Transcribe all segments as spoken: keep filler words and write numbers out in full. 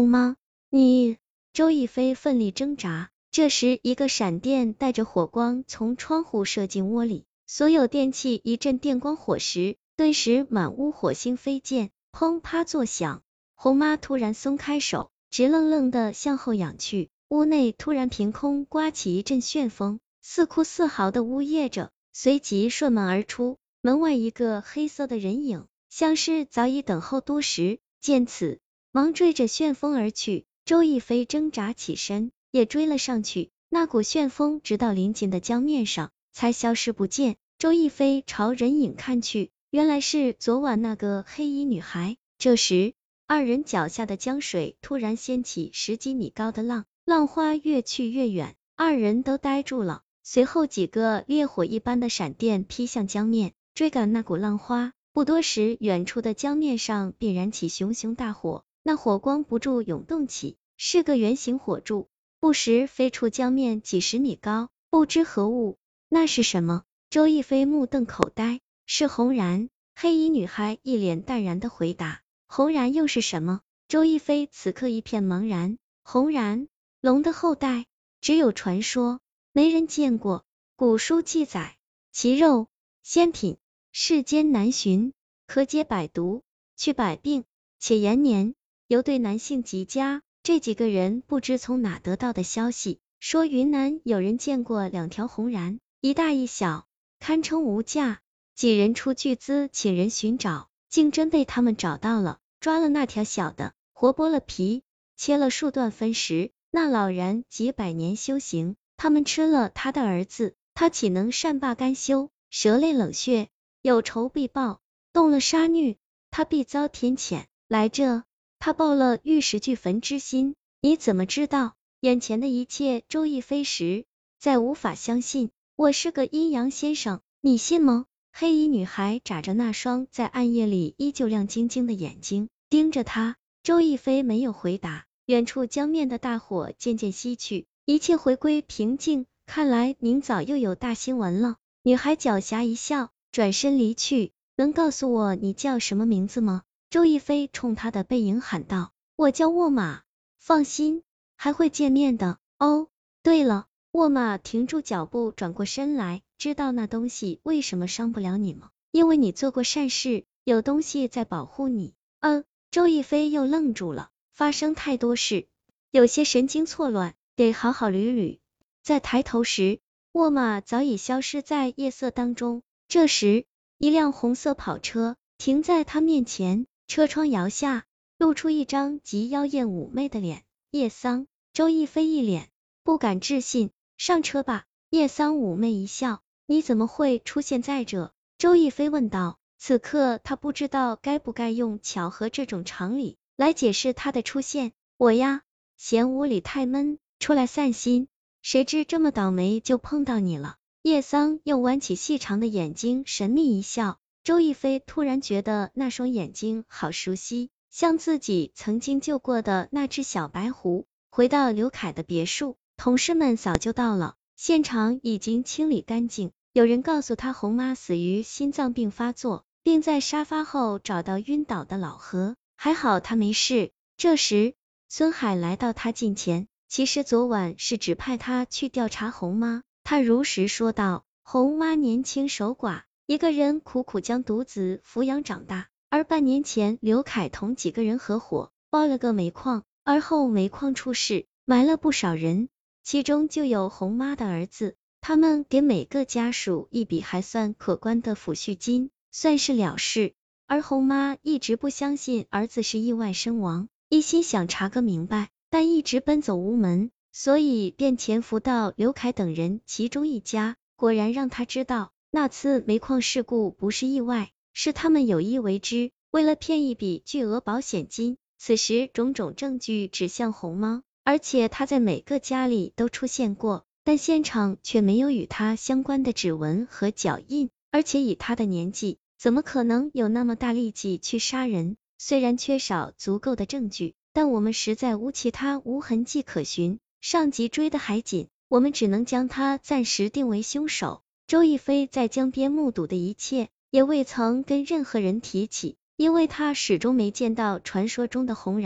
你……周亦菲奋力挣扎。这时，一个闪电带着火光从窗户射进窝里，所有电器一阵电光火石，顿时满屋火星飞溅，砰啪作响。红妈突然松开手，直愣愣的向后仰去，屋内突然凭空刮起一阵旋风，似哭似嚎的呜咽着，随即顺门而出。门外一个黑色的人影，像是早已等候多时，见此，忙追着旋风而去。周亦菲挣扎起身，也追了上去，那股旋风直到临近的江面上，才消失不见。周亦菲朝人影看去，原来是昨晚那个黑衣女孩。这时，二人脚下的江水突然掀起十几米高的浪，浪花越去越远，二人都呆住了。随后几个烈火一般的闪电劈向江面，追赶那股浪花。不多时，远处的江面上便燃起熊熊大火，那火光不住涌动起，是个圆形火柱，不时飞出江面几十米高，不知何物。那是什么？周亦菲目瞪口呆。是红鸾。黑衣女孩一脸淡然的回答。红鸾又是什么？周亦菲此刻一片茫然。红鸾，龙的后代，只有传说，没人见过。古书记载，其肉鲜品，世间难寻，可解百毒，去百病，且延年，尤对男性极佳。这几个人不知从哪得到的消息，说云南有人见过两条红鸾，一大一小，堪称无价。几人出巨资请人寻找，竟真被他们找到了，抓了那条小的，活剥了皮，切了数段分食。那老人几百年修行，他们吃了他的儿子，他岂能善罢甘休？蛇类冷血，有仇必报，动了杀虐，他必遭天谴。来这，他报了玉石俱焚之心。你怎么知道？眼前的一切，周亦菲实在无法相信。我是个阴阳先生，你信吗？黑衣女孩眨着那双在暗夜里依旧亮晶晶的眼睛，盯着他。周亦菲没有回答。远处江面的大火渐渐熄去，一切回归平静。看来明早又有大新闻了。女孩狡黠一笑，转身离去。能告诉我你叫什么名字吗？周亦菲冲他的背影喊道。我叫沃玛。放心，还会见面的。哦，对了。沃玛停住脚步，转过身来。知道那东西为什么伤不了你吗？因为你做过善事，有东西在保护你。嗯，周亦菲又愣住了。发生太多事，有些神经错乱，得好好捋捋。在抬头时，沃玛早已消失在夜色当中。这时，一辆红色跑车停在他面前，车窗摇下，露出一张极妖艳妩媚的脸。叶桑。周亦菲一脸不敢置信。上车吧。叶桑妩媚一笑。你怎么会出现在这？周亦菲问道。此刻他不知道该不该用巧合这种常理来解释他的出现。我呀，嫌屋里太闷，出来散心，谁知这么倒霉就碰到你了。叶桑又弯起细长的眼睛，神秘一笑。周亦菲突然觉得那双眼睛好熟悉，像自己曾经救过的那只小白狐。回到刘凯的别墅，同事们早就到了，现场已经清理干净。有人告诉他红妈死于心脏病发作，并在沙发后找到晕倒的老何，还好他没事。这时孙海来到他近前，其实昨晚是指派他去调查红妈。他如实说道，红妈年轻守寡，一个人苦苦将独子抚养长大，而半年前刘凯同几个人合伙包了个煤矿，而后煤矿出事，埋了不少人，其中就有红妈的儿子。他们给每个家属一笔还算可观的抚恤金，算是了事。而红妈一直不相信儿子是意外身亡，一心想查个明白，但一直奔走无门，所以便潜伏到刘凯等人其中一家。果然让他知道，那次煤矿事故不是意外，是他们有意为之，为了骗一笔巨额保险金。此时种种证据指向红妈，而且他在每个家里都出现过，但现场却没有与他相关的指纹和脚印，而且以他的年纪，怎么可能有那么大力气去杀人？虽然缺少足够的证据，但我们实在无其他无痕迹可循，上级追得还紧，我们只能将他暂时定为凶手。周亦菲在江边目睹的一切，也未曾跟任何人提起，因为他始终没见到传说中的红鸾。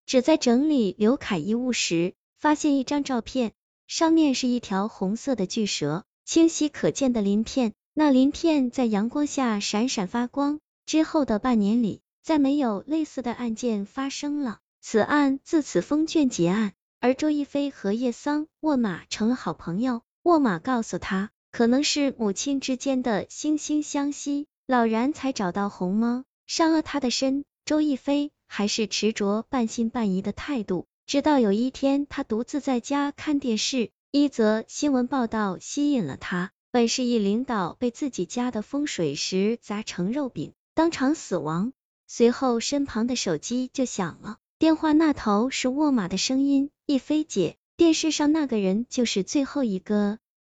只在整理刘凯遗物时，发现一张照片，上面是一条红色的巨蛇，清晰可见的鳞片，那鳞片在阳光下闪闪发光。之后的半年里，再没有类似的案件发生了，此案自此封卷结案。而周亦菲和叶桑沃玛成了好朋友，沃玛告诉他，可能是母亲之间的惺惺相惜，老然才找到红猫，伤了他的身。周亦菲还是持着半信半疑的态度，直到有一天他独自在家看电视，一则新闻报道吸引了他，本市一领导被自己家的风水石砸成肉饼，当场死亡。随后身旁的手机就响了，电话那头是沃玛的声音，亦菲姐，电视上那个人就是最后一个